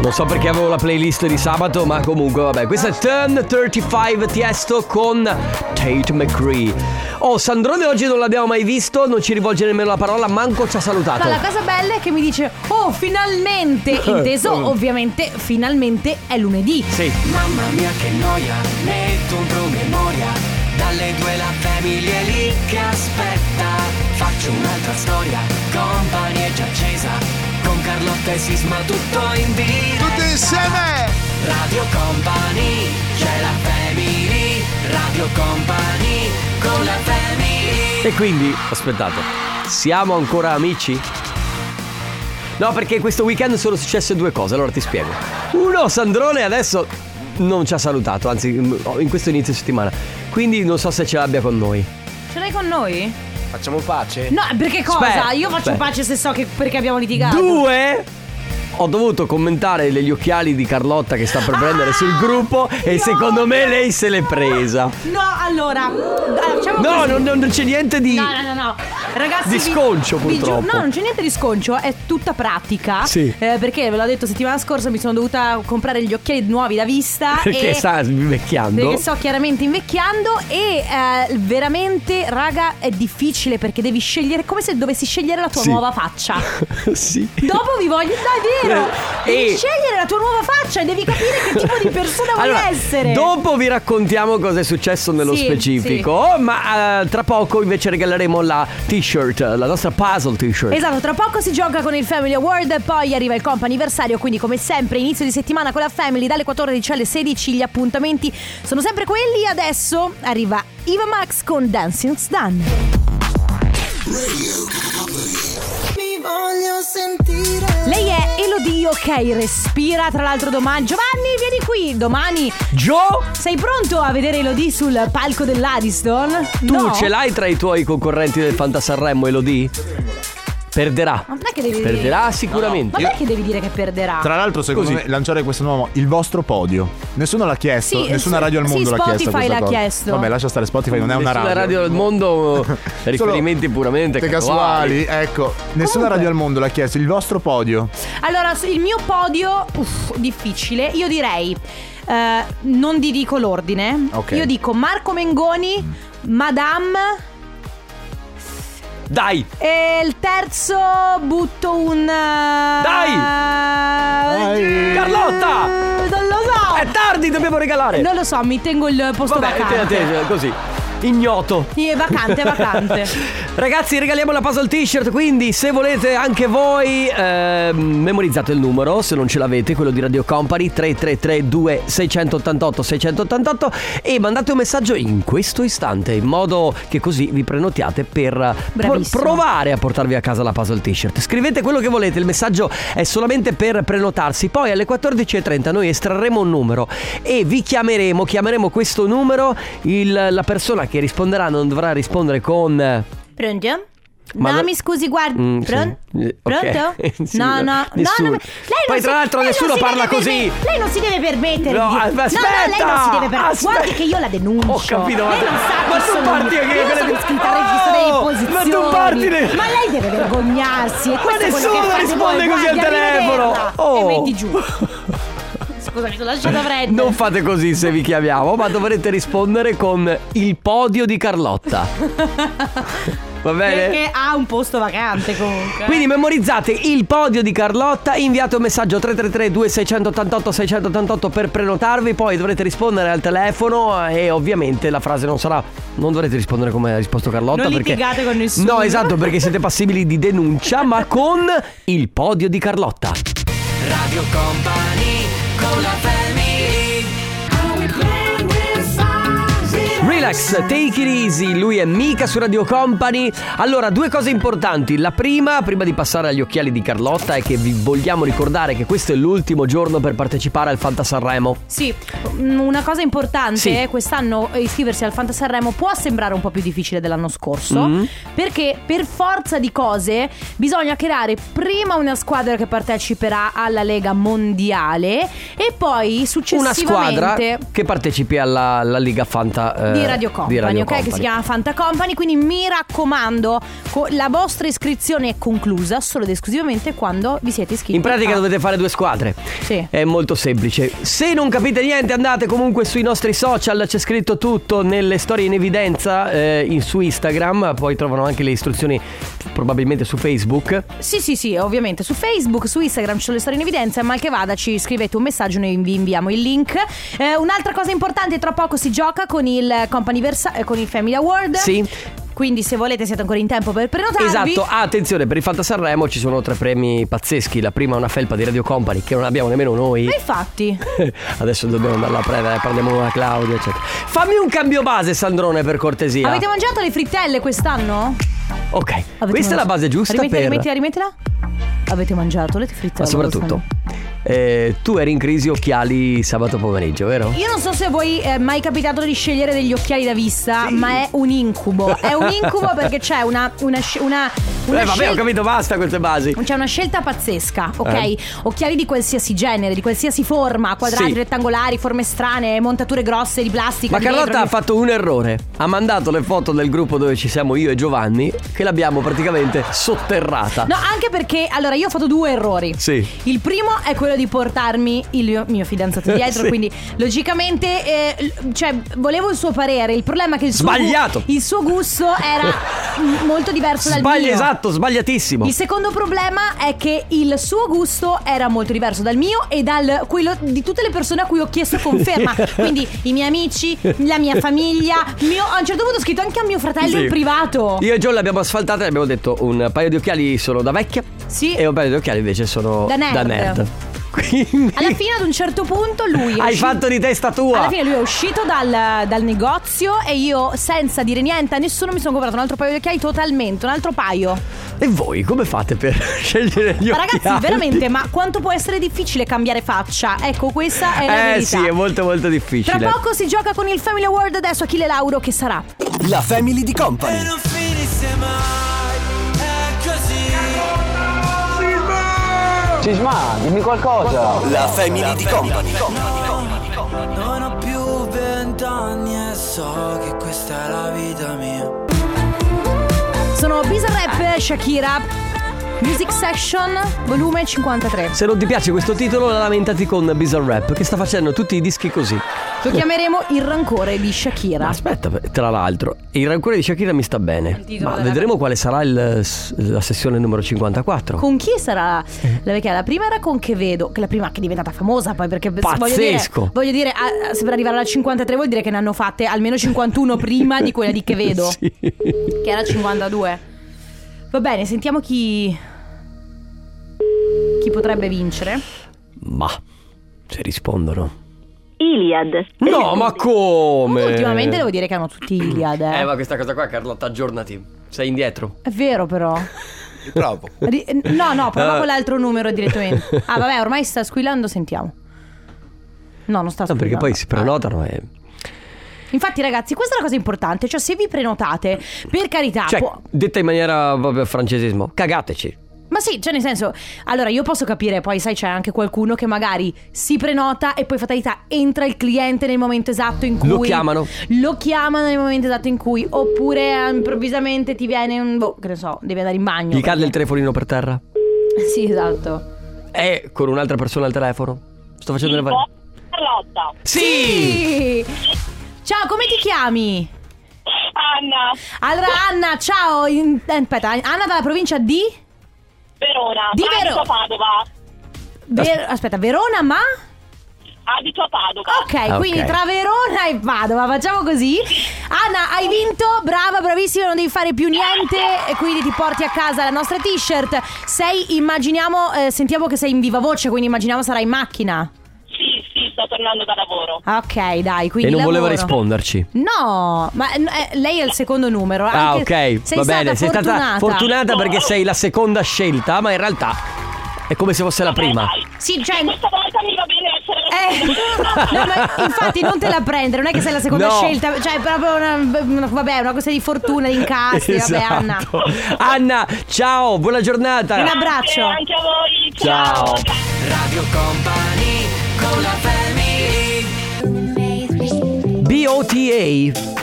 Non so perché avevo la playlist di sabato, ma comunque vabbè. Questa è Turn 35 Tiesto con Tate McCree. Oh, Sandrone oggi non l'abbiamo mai visto, non ci rivolge nemmeno la parola, manco ci ha salutato. No, la cosa bella è che mi dice: oh, finalmente, inteso ovviamente, finalmente è lunedì. Sì. Mamma mia che noia, metto un promemoria. Dalle 2 la famiglia è lì che aspetta. Faccio un'altra storia, Company è già accesa. Con Carlotta e Sisma tutto in diretta. Tutti insieme! Radio Company, c'è la family. Radio Company, con la family. E quindi, aspettate, siamo ancora amici? No, perché questo weekend sono successe due cose, allora ti spiego. Uno, Sandrone adesso non ci ha salutato, anzi in questo inizio settimana, quindi non so se ce l'abbia con noi. Ce l'hai con noi? Facciamo pace? No, perché cosa? Aspetta, Io faccio aspetta. pace se so che perché abbiamo litigato. Due, ho dovuto commentare gli occhiali di Carlotta che sta per prendere sul gruppo e secondo me lei se l'è presa. No, allora facciamo No, così. non c'è niente di... No. Ragazzi, Di sconcio, purtroppo. No, non c'è niente di sconcio, è tutta pratica. Sì. Perché ve l'ho detto settimana scorsa, mi sono dovuta comprare gli occhiali nuovi da vista. Perché sta invecchiando. Perché sto chiaramente invecchiando. E veramente, raga, è difficile perché devi scegliere, come se dovessi scegliere la tua Sì. nuova faccia. Sì. Dopo vi voglio, dai, vero. Devi scegliere la tua nuova faccia e devi capire che tipo di persona vuoi Allora, essere. dopo vi raccontiamo cosa è successo nello Sì, specifico, ma tra poco invece regaleremo la t-shirt, la nostra puzzle t-shirt. Esatto, tra poco si gioca con il Family Award e poi arriva il comp'anniversario, quindi come sempre inizio di settimana con la Family dalle 14 alle 16, gli appuntamenti sono sempre quelli. Adesso arriva Eva Max con Dancing's Done. Mi voglio sentire. Lei è Elodie, ok, respira. Tra l'altro domani, Giovanni vieni qui, domani Gio, sei pronto a vedere Elodie sul palco dell'Ariston? tu No? ce l'hai tra i tuoi concorrenti del Fanta Sanremo, Elodie? Perderà. Ma non è che devi Perderà sicuramente. Ma perché devi dire che perderà? Tra l'altro secondo Così. me lanciare questo nuovo il vostro podio. Nessuno l'ha chiesto, Sì, nessuna sì, radio al mondo sì, l'ha chiesto Spotify questa l'ha cosa. chiesto. Vabbè, lascia stare, Spotify non è una Nessuna radio. radio al mondo, riferimenti puramente casuali, ecco. Nessuna Comunque. radio al mondo l'ha chiesto il vostro podio. Allora, il mio podio, difficile. Io direi, non ti dico l'ordine. Ok. Io dico Marco Mengoni, Madame. Dai, E il terzo butto un... Dai! Carlotta! Non lo so. è tardi, dobbiamo regalare. Non lo so, mi tengo il posto Vabbè, vacante. te, così. Ignoto. Sì, è vacante. Ragazzi, regaliamo la puzzle t-shirt, quindi se volete anche voi memorizzate il numero, se non ce l'avete, quello di Radio Company 333-2688-688 e mandate un messaggio in questo istante, in modo che così vi prenotiate per provare a portarvi a casa la puzzle t-shirt. Scrivete quello che volete, il messaggio è solamente per prenotarsi. Poi alle 14.30 noi estrarremo un numero e vi chiameremo questo numero. La persona che risponderà non dovrà rispondere con... Pronto? Ma no, no- mi scusi, guardi. sì. Pronto? Ok. Sì, No, nessuno. lei Poi non tra l'altro lei nessuno non si parla deve così. Lei non si deve permettere. No, di- aspetta. No, lei non si deve permettere. Aspetta. Guardi che io la denuncio. Ho capito, Lei non sa ma chi tu sono parti io. che- Io sono iscritta al registro delle posizioni. ma tu parti Ma lei deve vergognarsi. E questo è quello nessuno che fate risponde voi. così al Guardi, telefono. arrivederla. Oh. E metti giù. Scusami, sono lasciata fredda. Non fate così se vi chiamiamo, ma dovrete rispondere con il podio di Carlotta. Va bene? Perché ha un posto vacante comunque. Quindi memorizzate il podio di Carlotta, inviate un messaggio 333-2688-688 per prenotarvi, poi dovrete rispondere al telefono e ovviamente la frase non dovrete rispondere come ha risposto Carlotta. Non perché litigate con nessuno. No, esatto, perché siete passibili di denuncia, ma con il podio di Carlotta. Radio Company con la family. Relax, take it easy, lui è Mika su Radio Company. Allora, due cose importanti. La prima di passare agli occhiali di Carlotta, è che vi vogliamo ricordare che questo è l'ultimo giorno per partecipare al Fanta Sanremo. Sì, una cosa importante Sì. è quest'anno iscriversi al Fanta Sanremo può sembrare un po' più difficile dell'anno scorso, perché per forza di cose bisogna creare prima una squadra che parteciperà alla Lega Mondiale e poi Una successivamente squadra che partecipi alla Liga Fanta di Radio Company, ok? Che si chiama Fanta Company. Quindi mi raccomando, la vostra iscrizione è conclusa solo ed esclusivamente quando vi siete iscritti. In pratica dovete fare 2 squadre. Sì. È molto semplice. Se non capite niente, andate comunque sui nostri social, c'è scritto tutto nelle storie in evidenza su Instagram. Poi trovano anche le istruzioni probabilmente su Facebook. Sì, ovviamente su Facebook, su Instagram ci sono le storie in evidenza. Mal che vada, ci scrivete un messaggio, noi vi inviamo il link. Un'altra cosa importante, tra poco si gioca con il con il Family Award. Sì. Quindi se volete siete ancora in tempo per prenotarvi. Esatto, attenzione, per il Fanta Sanremo ci sono 3 premi pazzeschi. La prima è una felpa di Radio Company che non abbiamo nemmeno noi. Ma infatti adesso dobbiamo andarla a prendere, prendiamo una Claudia eccetera. Fammi un cambio base, Sandrone, per cortesia. Avete mangiato le frittelle quest'anno? Ok, questa è la base giusta. Rimettila. Avete mangiato le frittelle? Ma soprattutto tu eri in crisi occhiali sabato pomeriggio, vero? Io non so se a voi è mai capitato di scegliere degli occhiali da vista, sì. Ma è un incubo. È un incubo perché c'è una vabbè, ho capito, basta queste basi. C'è una scelta pazzesca, ok? Occhiali di qualsiasi genere, di qualsiasi forma, quadrati, sì, rettangolari, forme strane, montature grosse di plastica. Ma Carlotta ha fatto un errore. Ha mandato le foto del gruppo dove ci siamo io e Giovanni, che l'abbiamo praticamente sotterrata. No, anche perché, allora, io ho fatto 2 errori. Sì. Il primo è quello di portarmi il mio fidanzato dietro, sì. Quindi logicamente volevo il suo parere. Il problema è che il suo gusto era molto diverso dal mio. Esatto, sbagliatissimo. Il secondo problema è che il suo gusto era molto diverso dal mio e dal quello di tutte le persone a cui ho chiesto conferma. Quindi i miei amici, la mia famiglia, a un certo punto ho scritto anche a mio fratello in privato. Io e John l'abbiamo asfaltata e abbiamo detto un paio di occhiali sono da vecchia, sì, e un paio di occhiali invece sono da nerd. Quindi alla fine, ad un certo punto, lui hai fatto di testa tua. Alla fine lui è uscito dal negozio e io, senza dire niente a nessuno, mi sono comprato un altro paio di occhiali, totalmente, un altro paio. E voi come fate per scegliere gli occhiali? Ragazzi, veramente, ma quanto può essere difficile cambiare faccia? Ecco, questa è la verità. Sì, è molto molto difficile. Tra poco si gioca con il Family Award. Adesso Achille Lauro, che sarà la Family di Company. E non finisse mai, è così. Sisma, dimmi qualcosa. La Family di Company. Non ho più 20 anni e so che questa è la vita mia. Sono Bizarrap, Shakira, Music Session, volume 53. Se non ti piace questo titolo, lamentati con Bizarrap, che sta facendo tutti i dischi così. Lo chiameremo Il rancore di Shakira. Ma aspetta, tra l'altro, Il rancore di Shakira mi sta bene. Ma vedremo quale sarà la sessione numero 54. Con chi sarà la vecchia? La prima era con Che Vedo, che è la prima che è diventata famosa poi, perché pazzesco. Voglio dire, se per arrivare alla 53 vuol dire che ne hanno fatte almeno 51 prima di quella di Che Vedo, sì, che era 52. Va bene, sentiamo chi potrebbe vincere. Ma se rispondono Iliad. No, ma come? Ultimamente devo dire che hanno tutti Iliad. Ma questa cosa qua, Carlotta, aggiornati. Sei indietro. È vero, però. Provo. No, prova con l'altro numero direttamente. Ah, vabbè, ormai sta squillando, sentiamo. No, non sta squillando. Perché poi si prenotano e... Infatti, ragazzi, questa è una cosa importante. Cioè, se vi prenotate, per carità, detta in maniera proprio francesismo, cagateci. Ma sì, cioè nel senso, allora io posso capire, poi sai c'è anche qualcuno che magari si prenota e poi fatalità entra il cliente nel momento esatto in cui lo chiamano nel momento esatto in cui, oppure improvvisamente ti viene che ne so, devi andare in bagno. Gli cade il telefonino per terra. Sì, esatto. È con un'altra persona al telefono. Sto facendo le varie. Carlotta. Sì! Ciao, come ti chiami? Anna. Allora Anna, ciao. Aspetta, Anna dalla provincia di Verona. Abito a Padova. Aspetta, Verona, ma? Abito a Padova. Ok, quindi tra Verona e Padova, facciamo così. Anna, hai vinto, brava, bravissima, non devi fare più niente e quindi ti porti a casa la nostra t-shirt. Sentiamo che sei in viva voce, quindi immaginiamo sarai in macchina. Sì, sto tornando da lavoro. Ok, dai, quindi e non lavoro. voleva risponderci. No, ma lei è il secondo numero. Ok, va bene, sei stata fortunata perché sei la seconda scelta, ma in realtà è come se fosse la prima. Dai. Sì, cioè questa volta mi va bene essere no, ma infatti non te la prendere, non è che sei la seconda scelta, cioè è proprio una questione di fortuna, di incastri. Esatto. Vabbè, Anna, ciao, buona giornata. Un abbraccio. Anche a voi. Ciao. Radio Company con la Family. BOTA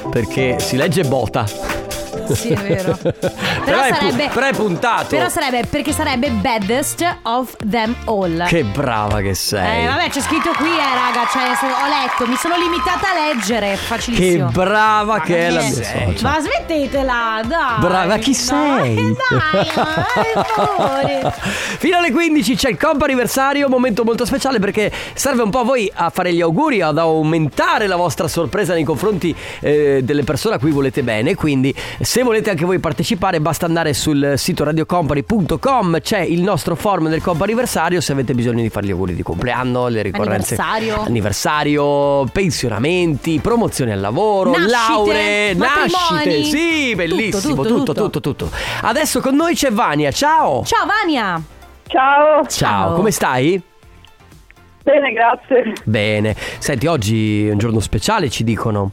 perché si legge Bota. Sì, è vero. Però è puntato. Però sarebbe, perché sarebbe baddest of them all. Che brava che sei. Vabbè, c'è scritto qui, raga, cioè, ho letto, mi sono limitata a leggere, facilissimo. Che brava che è la mia socia. Ma smettetela, dai. Brava, chi sei? Dai, per favore. Fino alle 15 c'è il comp anniversario, momento molto speciale perché serve un po' a voi a fare gli auguri, ad aumentare la vostra sorpresa nei confronti delle persone a cui volete bene. Quindi se volete anche voi partecipare basta andare sul sito radiocompany.com, c'è il nostro form del comp anniversario se avete bisogno di fare gli auguri di compleanno, le ricorrenze anniversario, pensionamenti, promozioni al lavoro, lauree, nascite. Sì, bellissimo, tutto. Adesso con noi c'è Vania. Ciao Vania. Ciao. Come stai? Bene, grazie. Bene. Senti, oggi è un giorno speciale, ci dicono.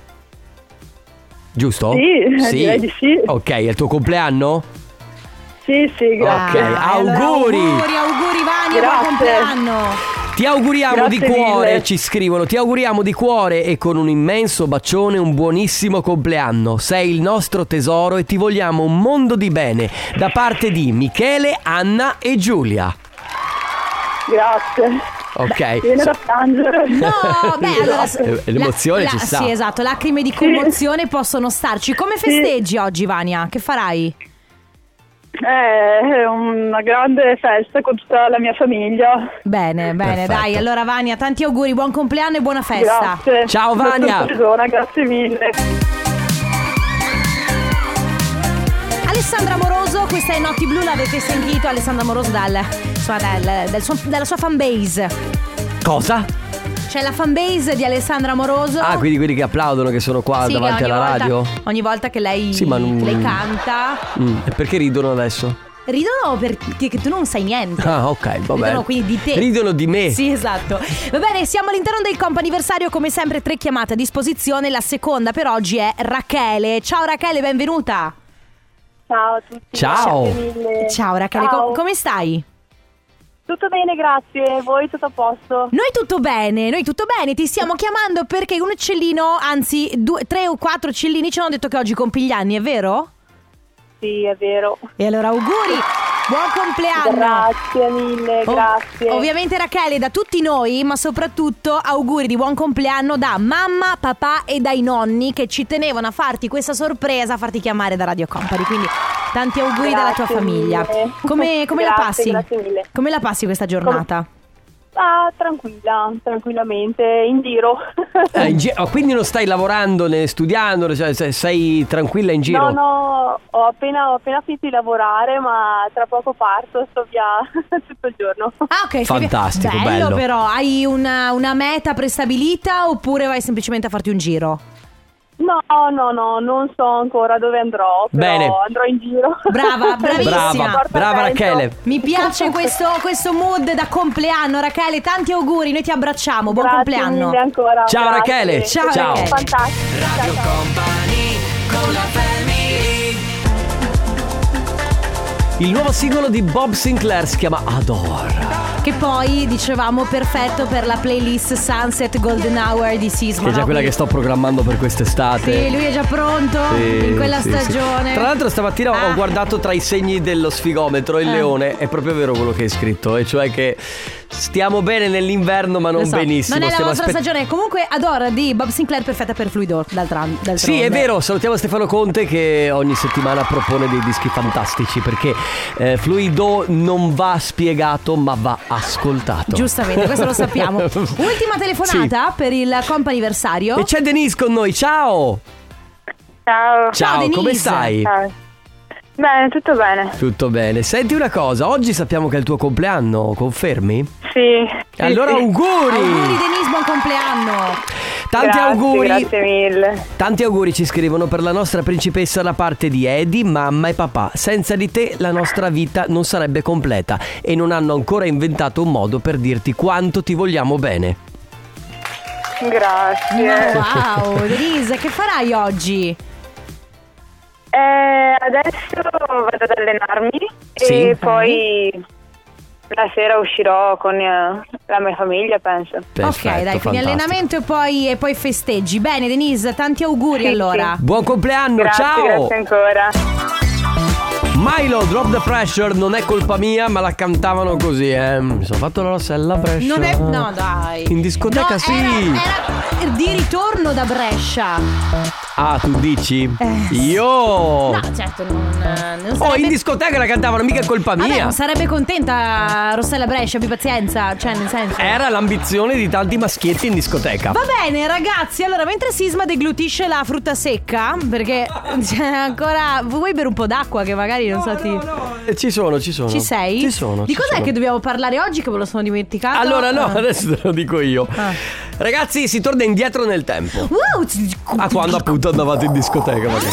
Giusto? Sì, direi di sì. Ok, è il tuo compleanno? Sì, grazie. Ok, auguri Vania, buon compleanno. Ti auguriamo Grazie di cuore, mille. ci scrivono. Ti auguriamo di cuore e con un immenso bacione un buonissimo compleanno. Sei il nostro tesoro e ti vogliamo un mondo di bene da parte di Michele, Anna e Giulia. Grazie. Ok. Viene da piangere. No, allora l'emozione ci sta. Sì, esatto, lacrime di commozione possono starci. Come festeggi oggi, Vania? Che farai? È una grande festa con tutta la mia famiglia. Bene, Perfetto. dai. Allora, Vania, tanti auguri, buon compleanno e buona festa. Grazie. Ciao, Vania. Grazie mille. Alessandra Moroso, questa è Notti Blu, l'avete sentito? Alessandra Moroso dalla sua fanbase. Cosa? C'è la fanbase di Alessandra Moroso. Ah, quindi quelli che applaudono, che sono qua Sì, davanti che alla radio? Ogni volta che lei, Sì, ma non- che lei canta. E perché ridono adesso? Ridono perché tu non sai niente. Ah, ok, va bene. Ridono quindi di te. Ridono di me. Sì, esatto. Va bene, siamo all'interno del comp anniversario. Come sempre 3 chiamate a disposizione. La seconda per oggi è Rachele. Ciao Rachele, benvenuta. Ciao a tutti. Ciao. Grazie mille. Ciao Rachele, Ciao. come stai? Tutto bene, grazie. Voi tutto a posto? Noi tutto bene, ti stiamo chiamando perché un uccellino, anzi 3 o 4 uccellini ci hanno detto che oggi compi gli anni, è vero? Sì, è vero. E allora auguri, buon compleanno. Grazie mille, grazie. Ovviamente Rachele, da tutti noi, ma soprattutto auguri di buon compleanno da mamma, papà e dai nonni che ci tenevano a farti questa sorpresa, a farti chiamare da Radio Company. Quindi tanti auguri dalla tua famiglia. Mille. Come la Grazie, passi? grazie mille. Come la passi questa giornata? Tranquillamente, in giro. Quindi non stai lavorando né studiando, cioè sei tranquilla in giro? No, ho appena finito di lavorare, ma tra poco parto, sto via tutto il giorno. Ah, ok. Fantastico, bello. bello. Però hai una meta prestabilita oppure vai semplicemente a farti un giro? No, non so ancora dove andrò, però Bene. andrò in giro. Brava, bravissima. Brava Rachele. Mi piace questo mood da compleanno, Rachele. Tanti auguri, noi ti abbracciamo. Buon Grazie compleanno. mille ancora. Ciao, grazie. Rachele. Ciao, Rachele. Fantastico. Radio Ciao, ciao. Company con la family. Il nuovo singolo di Bob Sinclair si chiama Adore, Che poi dicevamo perfetto per la playlist Sunset Golden Hour di Sisma. che è già no? quella che sto programmando per quest'estate. Sì, lui è già pronto Sì, in quella sì, stagione. sì. Tra l'altro stamattina ho guardato tra i segni dello sfigometro il leone. È proprio vero quello che hai scritto, e cioè che stiamo bene nell'inverno ma non Lo so, benissimo. non è la Stiamo vostra stagione. Comunque Adore di Bob Sinclair, perfetta per Fluido d'altronde. Sì, è vero, salutiamo Stefano Conte che ogni settimana propone dei dischi fantastici, perché Fluido non va spiegato ma va ascoltato. Giustamente, questo lo sappiamo. Ultima telefonata per il comp anniversario. E c'è Denise con noi, ciao! Ciao. Denise. Come stai? Ciao. Bene, tutto bene. Tutto bene. Senti una cosa, oggi sappiamo che è il tuo compleanno, confermi? Sì. Allora auguri! Auguri Denise, buon compleanno. Tanti auguri! Grazie mille. Tanti auguri ci scrivono per la nostra principessa da parte di Eddie, mamma e papà. Senza di te la nostra vita non sarebbe completa e non hanno ancora inventato un modo per dirti quanto ti vogliamo bene. Grazie. Wow, Denise, che farai oggi? Adesso vado ad allenarmi Sì. e poi la sera uscirò con la mia famiglia, penso. Ok, dai, quindi fantastico. allenamento e poi festeggi. Bene, Denise, tanti auguri allora. Buon compleanno, Grazie, ciao. grazie ancora. Milo, Drop the Pressure, non è colpa mia, ma la cantavano così, Mi sono fatto la Rossella a Brescia. Non è. No, dai. In discoteca No, sì. Era di ritorno da Brescia. Ah, tu dici? Io. No, certo, non sarebbe. In discoteca la cantavano, mica è colpa mia. Vabbè, non sarebbe contenta Rossella Brescia, abbi pazienza. Cioè, nel senso. Era l'ambizione di tanti maschietti in discoteca. Va bene, ragazzi. Allora, mentre Sisma deglutisce la frutta secca, perché c'è ancora. Vuoi bere un po' d'acqua che magari non so ti. Ci sono. Ci sei? Ci sono. Di cos'è che dobbiamo parlare oggi che me lo sono dimenticato? Allora, no, adesso te lo dico io. Ragazzi, si torna indietro nel tempo. Wow. A quando appunto andavate in discoteca magari.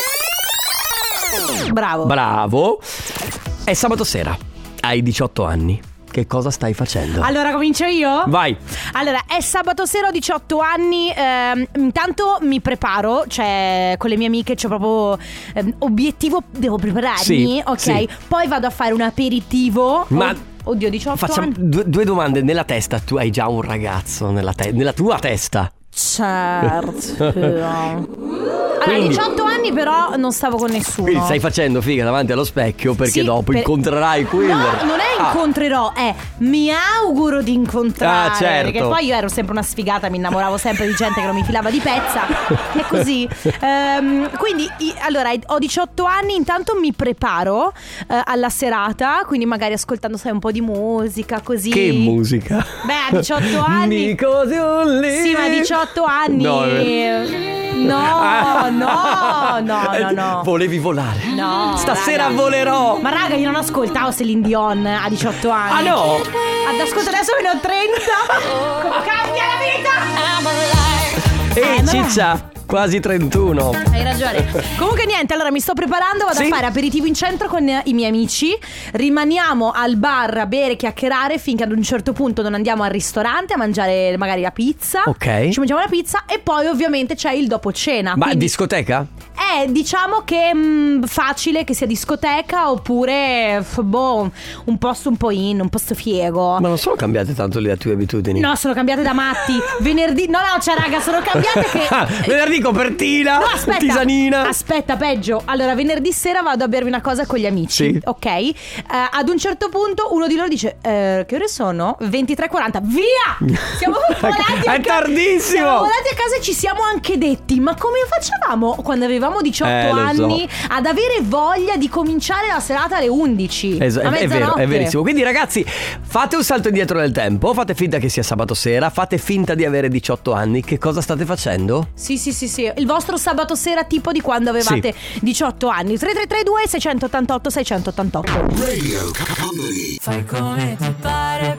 Bravo. È sabato sera. Hai 18 anni. Che cosa stai facendo? Allora comincio io? Vai. Allora, è sabato sera, ho 18 anni. Intanto mi preparo, cioè con le mie amiche c'ho proprio obiettivo, devo prepararmi, sì, ok? Sì. Poi vado a fare un aperitivo. Ma oddio, 18 facciamo anni. due domande. Nella testa tu hai già un ragazzo nella tua testa? Certo. Allora, Quindi- 18 anni però non stavo con nessuno. Quindi stai facendo figa davanti allo specchio perché Sì, dopo incontrerai il killer. No, non è incontrerò, è mi auguro di incontrare. Ah, certo. Perché poi io ero sempre una sfigata, mi innamoravo sempre di gente che non mi filava di pezza. E così. Quindi, allora, ho 18 anni, intanto mi preparo alla serata, quindi magari ascoltando, sai, un po' di musica, così. Che musica? Beh, a 18 anni. Sì, ma a 18 anni. No. Volevi volare? No, Stasera raga. volerò. Ma raga, io non ascoltavo Celine Dion a 18 anni. Ah, no? Ascolta, adesso ne ho 30. Cambia la vita. Ehi, ciccia, quasi 31. Hai ragione. Comunque niente, allora mi sto preparando, vado a fare aperitivo in centro con i miei amici. Rimaniamo al bar a bere, chiacchierare finché ad un certo punto non andiamo al ristorante a mangiare magari la pizza. Ok. Ci mangiamo la pizza e poi ovviamente c'è il dopo cena. Ma quindi discoteca? diciamo che facile che sia discoteca oppure un posto un po' un posto fiego. Ma non sono cambiate tanto le tue abitudini? No, sono cambiate da matti. Venerdì, no, cioè raga, sono cambiate che venerdì copertina, no, aspetta, tisanina. Aspetta, peggio. Allora, venerdì sera vado a bermi una cosa con gli amici. Sì. Ok. Ad un certo punto uno di loro dice che ore sono? 23:40. Via! Siamo volati a È tardissimo. Siamo volati a casa e ci siamo anche detti: ma come facevamo quando avevamo 18 anni ad avere voglia di cominciare la serata alle 11? È vero, è verissimo. Quindi ragazzi, fate un salto indietro nel tempo. Fate finta che sia sabato sera. Fate finta di avere 18 anni. Che cosa state facendo? Sì. Il vostro sabato sera tipo di quando avevate 18 anni. 3332 688 688. Radio Company. Fai come ti pare.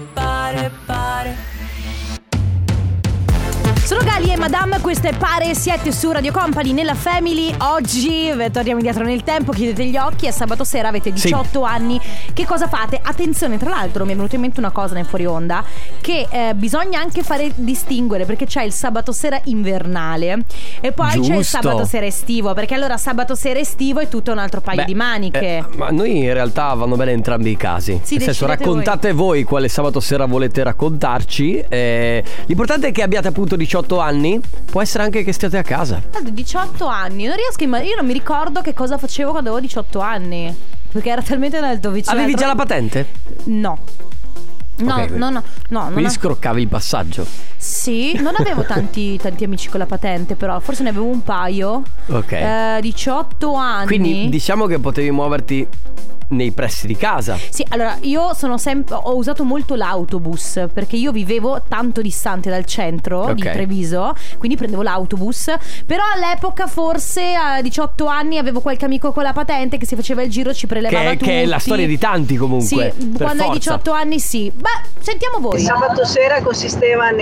Sono Gali e Madame, questo è Pare, siete su Radio Company nella Family. Oggi torniamo indietro nel tempo, chiudete gli occhi, è sabato sera, avete 18 anni. Che cosa fate? Attenzione, tra l'altro mi è venuta in mente una cosa nel fuori onda, che bisogna anche fare distinguere, perché c'è il sabato sera invernale e poi c'è il sabato sera estivo, perché allora sabato sera estivo è tutto un altro paio di maniche. Ma noi in realtà vanno bene entrambi i casi. Sì, nel senso, raccontate voi quale sabato sera volete raccontarci. L'importante è che abbiate appunto 18 anni. Può essere anche che stiate a casa. 18 anni, non riesco io non mi ricordo che cosa facevo quando avevo 18 anni, perché era talmente tanto vicino. Avevi già la patente? No. Okay, no. Quindi scroccavi il passaggio. Sì, non avevo tanti amici con la patente, però forse ne avevo un paio. Ok. 18 anni. Quindi diciamo che potevi muoverti nei pressi di casa. Sì, allora io ho usato molto l'autobus, perché io vivevo tanto distante dal centro di Treviso, quindi prendevo l'autobus. Però all'epoca forse a 18 anni avevo qualche amico con la patente che si faceva il giro, ci prelevava tutti. Che è la storia di tanti comunque. Sì, quando hai 18 anni sì. Beh, sentiamo voi. Il sabato sera consisteva nel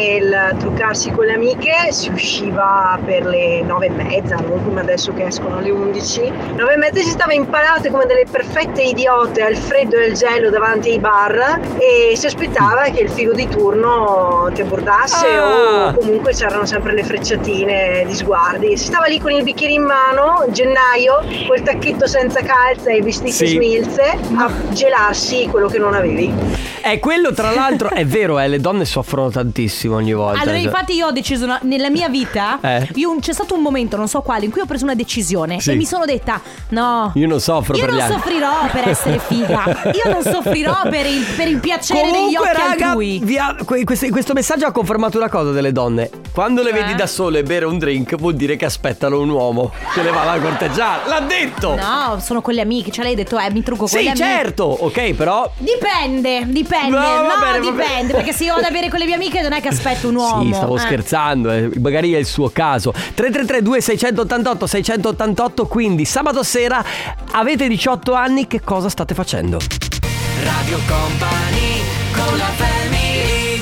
truccarsi con le amiche, si usciva per le 9:30, non come adesso che escono alle 11. 9:30 si stava impalate come delle perfette idiote al freddo e al gelo davanti ai bar e si aspettava che il figo di turno ti abbordasse o comunque c'erano sempre le frecciatine di sguardi. Si stava lì con il bicchiere in mano, gennaio, col tacchetto senza calza e vestiti smilze, a gelarsi quello che non avevi. Quello tra l'altro è vero, le donne soffrono tantissimo ogni volta. Allora infatti io ho deciso nella mia vita c'è stato un momento, non so quale, in cui ho preso una decisione e mi sono detta no, io non soffro per gli altri. Io non soffrirò per essere figa. Io non soffrirò per il piacere degli occhi altrui. Questo messaggio ha confermato una cosa delle donne. Quando le vedi da sole bere un drink vuol dire che aspettano un uomo che le va a corteggiare. L'ha detto. No, sono con le amiche. Cioè lei ha detto mi trucco con le amiche. Sì, certo, ok, però Dipende. Dipende. Perché se io vado a bere con le mie amiche non è che aspetto un uomo. Sì, stavo scherzando, magari è il suo caso. 333 688 688. Quindi sabato sera avete 18 anni, che cosa state facendo? Radio Company con la family.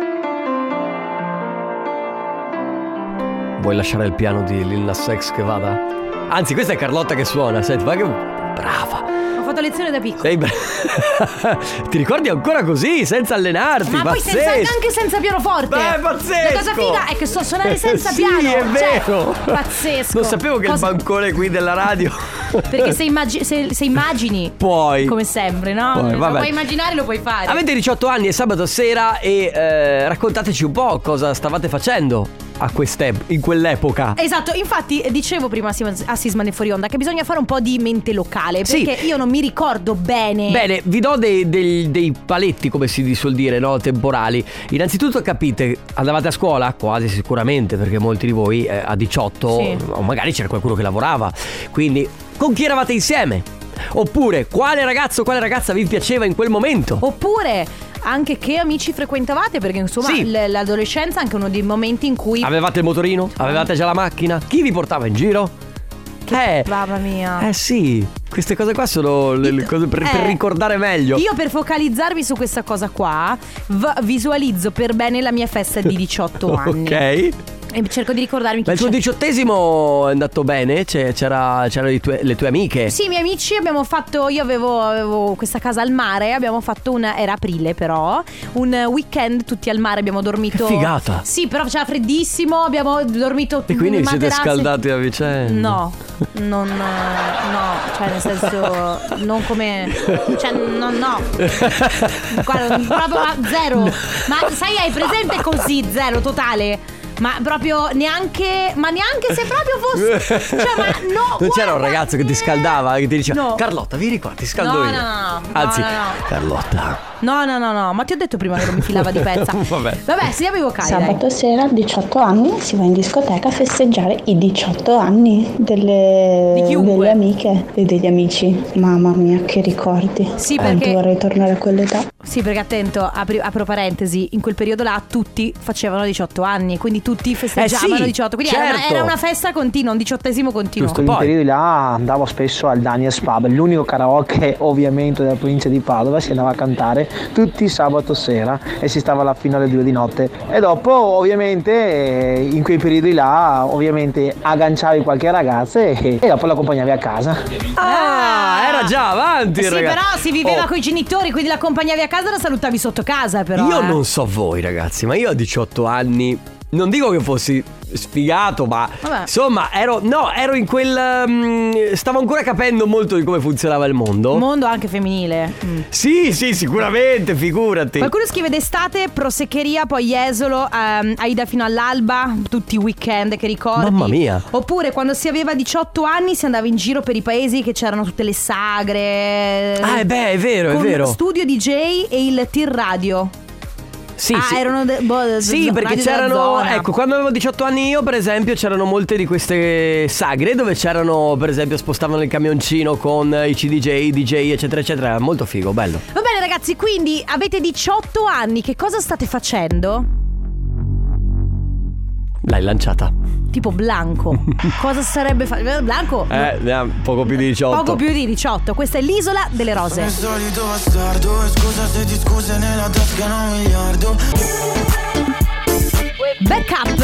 Vuoi lasciare il piano di Lil Nas X che vada? Anzi, questa è Carlotta che suona. Senti, ma che brava. Ho fatto lezione da piccolo. Ti ricordi ancora così, senza allenarti? Ma poi anche senza pianoforte. Beh, è pazzesco. La cosa figa è che so suonare senza piano. Sì, è vero. Pazzesco. Non sapevo che il bancone qui della radio. Perché se immagini puoi, come sempre, no? Puoi immaginare, lo puoi fare. Avete 18 anni, è sabato sera e raccontateci un po' cosa stavate facendo in quell'epoca. Esatto, infatti dicevo prima a Sisma nel fuori onda che bisogna fare un po' di mente locale, perché io non mi ricordo bene. Bene, vi do dei paletti, come si suol dire, no? Temporali. Innanzitutto capite, andavate a scuola? Quasi sicuramente, perché molti di voi a 18 o magari c'era qualcuno che lavorava. Quindi con chi eravate insieme? Oppure quale ragazzo o quale ragazza vi piaceva in quel momento? Oppure anche che amici frequentavate, perché insomma l'adolescenza è anche uno dei momenti in cui avevate il motorino? Avevate già la macchina? Chi vi portava in giro? Mamma mia. Sì, queste cose qua sono le cose per ricordare meglio. Io per focalizzarmi su questa cosa qua visualizzo per bene la mia festa di 18 anni. Ok. E cerco di ricordarmi chi il tuo 18esimo è andato bene? C'erano le tue amiche? Sì, i miei amici abbiamo fatto. Io avevo questa casa al mare. Abbiamo fatto era aprile però. Un weekend tutti al mare. Abbiamo dormito. Che figata. Sì, però faceva freddissimo. Abbiamo dormito. E quindi vi siete scaldati a vicenda? No, cioè nel senso non come. Cioè no. Guarda, proprio zero. Ma sai, hai presente così? Zero totale. Ma proprio neanche se proprio fosse. Cioè, ma no. Non c'era un ragazzo che ti scaldava, che ti diceva Carlotta, vi ricordi? Ti scaldo io. No. Anzi, Carlotta. No. Ma ti ho detto prima che non mi filava di pezza. Vabbè, siamo vocali. Sabato sera, 18 anni, si va in discoteca a festeggiare i 18 anni delle amiche e degli amici. Mamma mia, che ricordi. Sì, perché vorrei tornare a quell'età. Sì, perché attento, apro parentesi, in quel periodo là tutti facevano 18 anni, quindi tutti festeggiavano 18, quindi era una festa continua, un 18esimo continuo. In quel periodo là andavo spesso al Daniel's Pub, l'unico karaoke ovviamente della provincia di Padova, si andava a cantare tutti sabato sera e si stava alla fino alle 2 di notte. E dopo ovviamente in quei periodi là ovviamente agganciavi qualche ragazza e dopo l'accompagnavi a casa. Era già avanti il ragazzo. Però si viveva coi genitori, quindi l'accompagnavi a casa e la salutavi sotto casa però. Io non so voi ragazzi, ma io a 18 anni non dico che fossi sfigato, ma insomma ero in quel stavo ancora capendo molto di come funzionava il mondo. Mondo anche femminile. Sì, sicuramente, figurati. Qualcuno scrive d'estate, proseccheria, poi Jesolo, Aida fino all'alba, tutti i weekend che ricordi. Mamma mia. Oppure quando si aveva 18 anni si andava in giro per i paesi che c'erano tutte le sagre. È vero, con è vero. Studio DJ e il Tir Radio. Sì, erano perché c'erano, ecco, quando avevo 18 anni io per esempio c'erano molte di queste sagre dove c'erano, per esempio, spostavano il camioncino con i DJ eccetera eccetera, era molto figo, bello. Va bene ragazzi, quindi avete 18 anni, che cosa state facendo? L'hai lanciata. Tipo Blanco. Cosa sarebbe Blanco? Poco più di 18. Poco più di 18. Questa è l'Isola delle Rose. Sono il solito bastardo, scusa se ti scuse nella tasca non miliardo.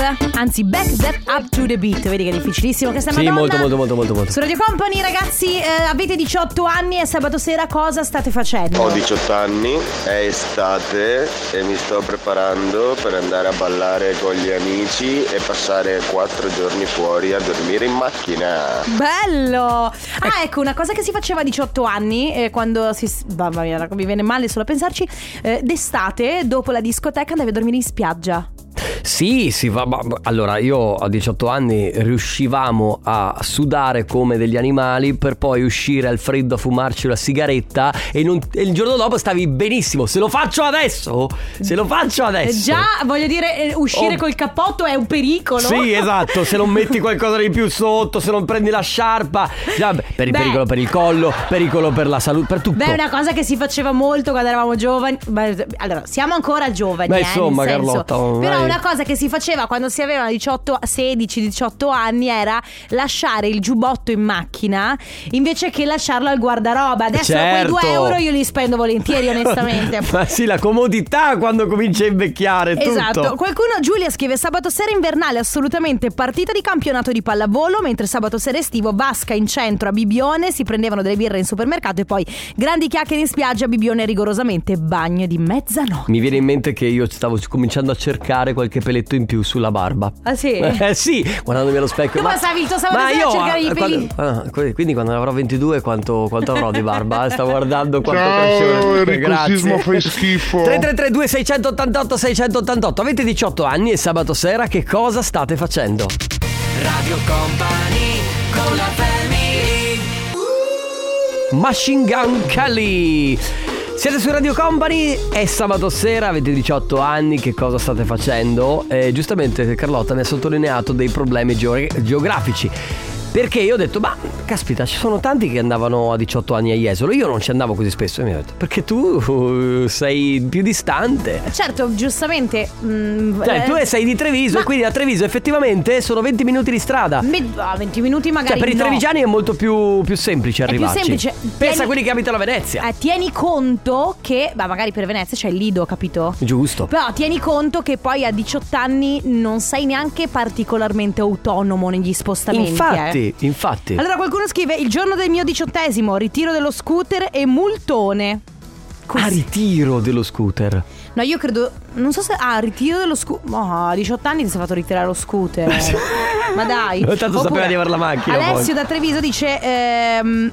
anzi Back That Up to the Beat. Vedi che è difficilissimo questa Madonna. Sì, molto. Su Radio Company, ragazzi, avete 18 anni e sabato sera cosa state facendo? Ho 18 anni, è estate e mi sto preparando per andare a ballare con gli amici e passare 4 giorni fuori a dormire in macchina. Bello! Ecco, una cosa che si faceva a 18 anni quando mamma mia, mi viene male solo a pensarci, d'estate dopo la discoteca andavi a dormire in spiaggia. Sì, allora io a 18 anni riuscivamo a sudare come degli animali per poi uscire al freddo a fumarci una sigaretta e il giorno dopo stavi benissimo. Se lo faccio adesso già, voglio dire, uscire col cappotto è un pericolo. Sì, esatto, se non metti qualcosa di più sotto, se non prendi la sciarpa, pericolo per il collo, pericolo per la salute, per tutto. Beh, è una cosa che si faceva molto quando eravamo giovani. Allora, siamo ancora giovani, insomma, Carlotta, però una cosa che si faceva quando si avevano 16-18 anni era lasciare il giubbotto in macchina invece che lasciarlo al guardaroba. Adesso quei 2 euro io li spendo volentieri, onestamente. Ma sì, la comodità quando comincia a invecchiare, esatto. tutto. Qualcuno, Giulia scrive: sabato sera invernale assolutamente partita di campionato di pallavolo, mentre sabato sera estivo vasca in centro a Bibione, si prendevano delle birre in supermercato e poi grandi chiacchiere in spiaggia a Bibione, rigorosamente bagno di mezzanotte. Mi viene in mente che io stavo cominciando a cercare qualche peletto in più sulla barba. Ah sì? Sì, guardandomi allo specchio. Tu passavi il tuo sabato sera a cercare i peli. Quindi quando ne avrò 22 quanto avrò di barba? Sto guardando quanto cresce. Grazie. Fai schifo. 3332 688 688. Avete 18 anni e sabato sera che cosa state facendo? Radio Company con la family. Machine Gun Kelly. Siete su Radio Company, è sabato sera, avete 18 anni, che cosa state facendo? Giustamente Carlotta ne ha sottolineato dei problemi geografici. Perché io ho detto, ma caspita, ci sono tanti che andavano a 18 anni a Jesolo. Io non ci andavo così spesso. E mi ho detto, perché tu sei più distante. Certo, giustamente. Tu sei di Treviso, e quindi a Treviso effettivamente sono 20 minuti di strada. 20 minuti magari. Per i trevigiani è molto più semplice arrivarci. Più semplice. Pensa a quelli che abitano a Venezia. Tieni conto che, magari per Venezia c'è il Lido, capito? Giusto. Però tieni conto che poi a 18 anni non sei neanche particolarmente autonomo negli spostamenti. Infatti. Allora qualcuno scrive: il giorno del mio 18esimo, ritiro dello scooter e multone. Così. Ritiro dello scooter. No, io credo, non so se ritiro dello scooter. A 18 anni ti sei fatto ritirare lo scooter. Ma dai. Tanto sapeva di avere la macchina. Alessio da Treviso dice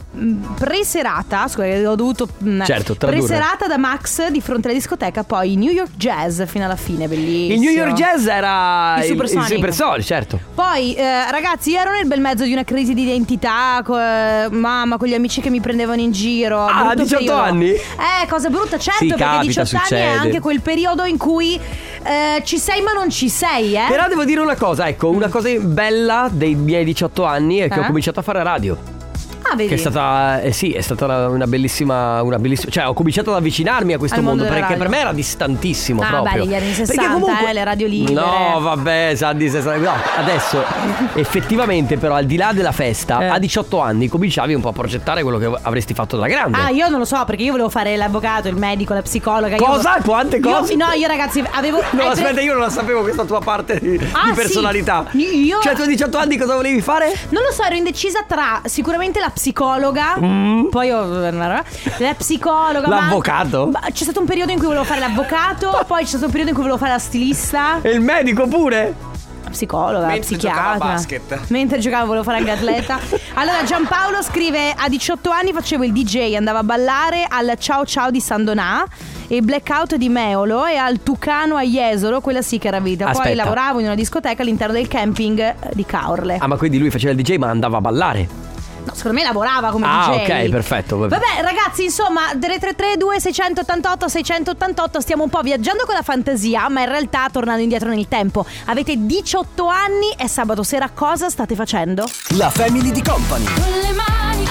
preserata, scusa, ho dovuto certo, preserata da Max di fronte alla discoteca, poi New York Jazz fino alla fine, bellissimo. Il New York Jazz era il Supersonic, certo. Poi ragazzi, io ero nel bel mezzo di una crisi di identità, mamma, con gli amici che mi prendevano in giro. A 18 periodo. anni? Cosa brutta, certo, sì, perché capita, 18 succede. anni è anche quel periodo in cui ci sei ma non ci sei, Però devo dire una cosa, ecco, una cosa bella dei miei 18 anni è che ho cominciato a fare radio. Vedi? Che è stata è stata una bellissima, cioè ho cominciato ad avvicinarmi a questo mondo perché radio. Per me era distantissimo proprio. Beh, gli anni 60, perché comunque le radio libere. No, vabbè, anni 60. No, adesso effettivamente però al di là della festa, a 18 anni cominciavi un po' a progettare quello che avresti fatto da grande. Io non lo so, perché io volevo fare l'avvocato, il medico, la psicologa. Cosa? Quante cose? Io ragazzi avevo No, aspetta, io non la sapevo questa tua parte di personalità. Sì. Cioè tu a 18 anni cosa volevi fare? Non lo so, ero indecisa tra sicuramente la psicologa, poi la psicologa, l'avvocato. C'è stato un periodo in cui volevo fare l'avvocato, poi c'è stato un periodo in cui volevo fare la stilista. E il medico pure? Psicologa, mentre psichiatra. Basket. Mentre giocavo volevo fare anche atleta. Allora Giampaolo scrive: a 18 anni facevo il DJ, andavo a ballare al Ciao Ciao di San Donà e Blackout di Meolo e al Tucano a Jesolo, quella sì che era vita. Aspetta. Poi lavoravo in una discoteca all'interno del camping di Caorle. Ma quindi lui faceva il DJ ma andava a ballare? No, secondo me lavorava come DJ. Ok, perfetto. Vabbè ragazzi, insomma 333 688 688. Stiamo un po' viaggiando con la fantasia, ma in realtà tornando indietro nel tempo. Avete 18 anni e sabato sera cosa state facendo? La Family di Company. Con le mani,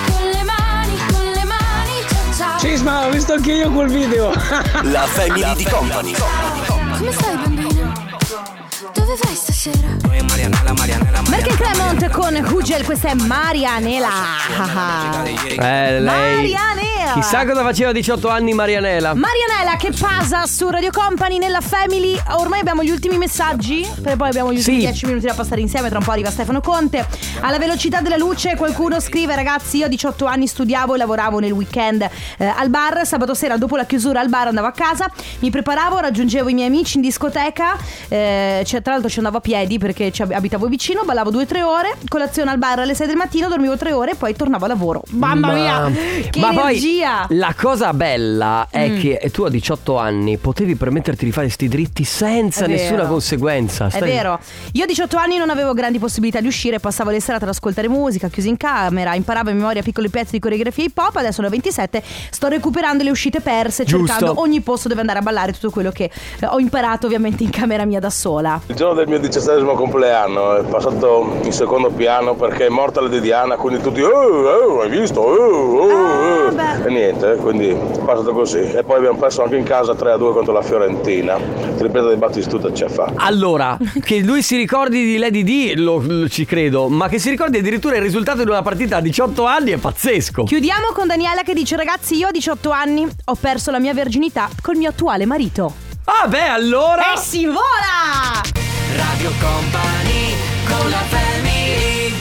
ciao. Cisma, ho visto anche io quel video. La Family di Company. Come stai bambino? Dove vai stasera? Merkel Clement con Hugel, questa è Marianela. Lei... Marianela. Chissà cosa faceva a 18 anni Marianela. Marianela che pasa su Radio Company nella Family. Ormai abbiamo gli ultimi messaggi, poi abbiamo gli ultimi 10 minuti da passare insieme. Tra un po' arriva Stefano Conte. Alla velocità della luce qualcuno scrive: ragazzi, io a 18 anni studiavo e lavoravo nel weekend al bar. Sabato sera dopo la chiusura al bar andavo a casa, mi preparavo, raggiungevo i miei amici in discoteca, tra l'altro ci andavo a piedi perché abitavo vicino, ballavo 2-3 ore, colazione al bar alle 6 del mattino, dormivo 3 ore e poi tornavo a lavoro. Mamma mia, che energia! Poi la cosa bella è che tu a 18 anni potevi permetterti di fare sti dritti senza nessuna conseguenza. È vero. Io a 18 anni non avevo grandi possibilità di uscire, passavo le serate ad ascoltare musica, chiusi in camera, imparavo a memoria piccoli pezzi di coreografia hip hop. Adesso ne ho 27, sto recuperando le uscite perse, cercando ogni posto dove andare a ballare, tutto quello che ho imparato ovviamente in camera mia da sola. Il giorno del mio 17° compleanno è passato in secondo piano perché è morta la di Diana, quindi tutti hai visto? E niente, quindi è passato così. E poi abbiamo perso anche in casa 3-2 contro la Fiorentina, tripletta di Battistuta ce fa. Allora, che lui si ricordi di Lady D lo ci credo, ma che si ricordi addirittura il risultato di una partita a 18 anni è pazzesco. Chiudiamo con Daniela che dice: ragazzi, io a 18 anni ho perso la mia verginità col mio attuale marito. Ah beh, allora e si vola! Radio Company con la Family.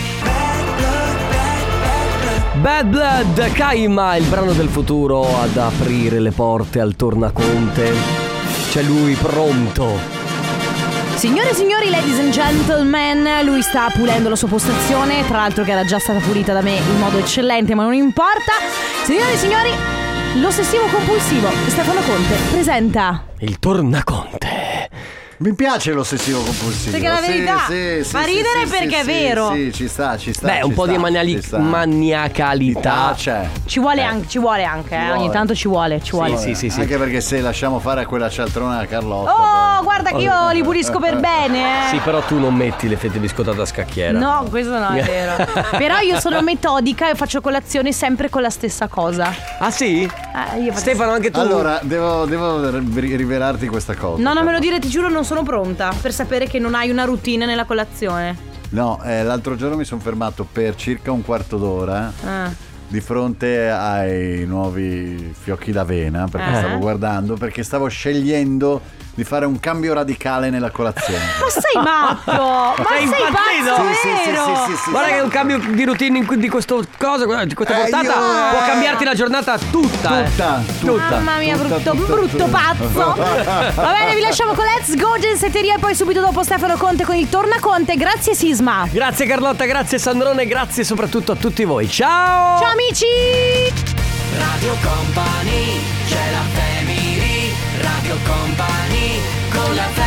Bad Blood, Kaima, il brano del futuro ad aprire le porte al tornaconte. C'è lui pronto. Signore e signori, ladies and gentlemen, lui sta pulendo la sua postazione, tra l'altro che era già stata pulita da me in modo eccellente, ma non importa. Signore e signori, l'ossessivo compulsivo Stefano Conte presenta il tornaconte. Mi piace l'ossessivo compulsivo. Perché la verità fa ridere perché è vero. Sì, ci sta. Beh, un po' di maniacalità c'è. Ci vuole anche, ogni tanto ci vuole. Sì. Anche perché se lasciamo fare a quella cialtrona a Carlotta. Oh, guarda che io li pulisco per bene. Sì, però tu non metti le fette biscottate a scacchiera. No, questo no è vero. Però io sono metodica e faccio colazione sempre con la stessa cosa. Ah sì? Stefano, anche tu? Allora, devo rivelarti questa cosa. No, non me lo dire, ti giuro, non sono pronta per sapere che non hai una routine nella colazione. No, l'altro giorno mi sono fermato per circa un quarto d'ora di fronte ai nuovi fiocchi d'avena, perché stavo guardando, perché stavo scegliendo di fare un cambio radicale nella colazione. Ma sei matto? Ma sei pazzo? Sì. Guarda che un cambio di routine di questo cosa, di questa portata può cambiarti la giornata tutta. Mamma mia, brutto pazzo. Va bene, vi lasciamo con Let's Go Gensetteria e poi subito dopo Stefano Conte con il Tornaconte. Grazie Sisma. Grazie Carlotta, grazie Sandrone, grazie soprattutto a tutti voi. Ciao! Ciao amici! Radio Company, c'è la Family. Radio Company con la Family.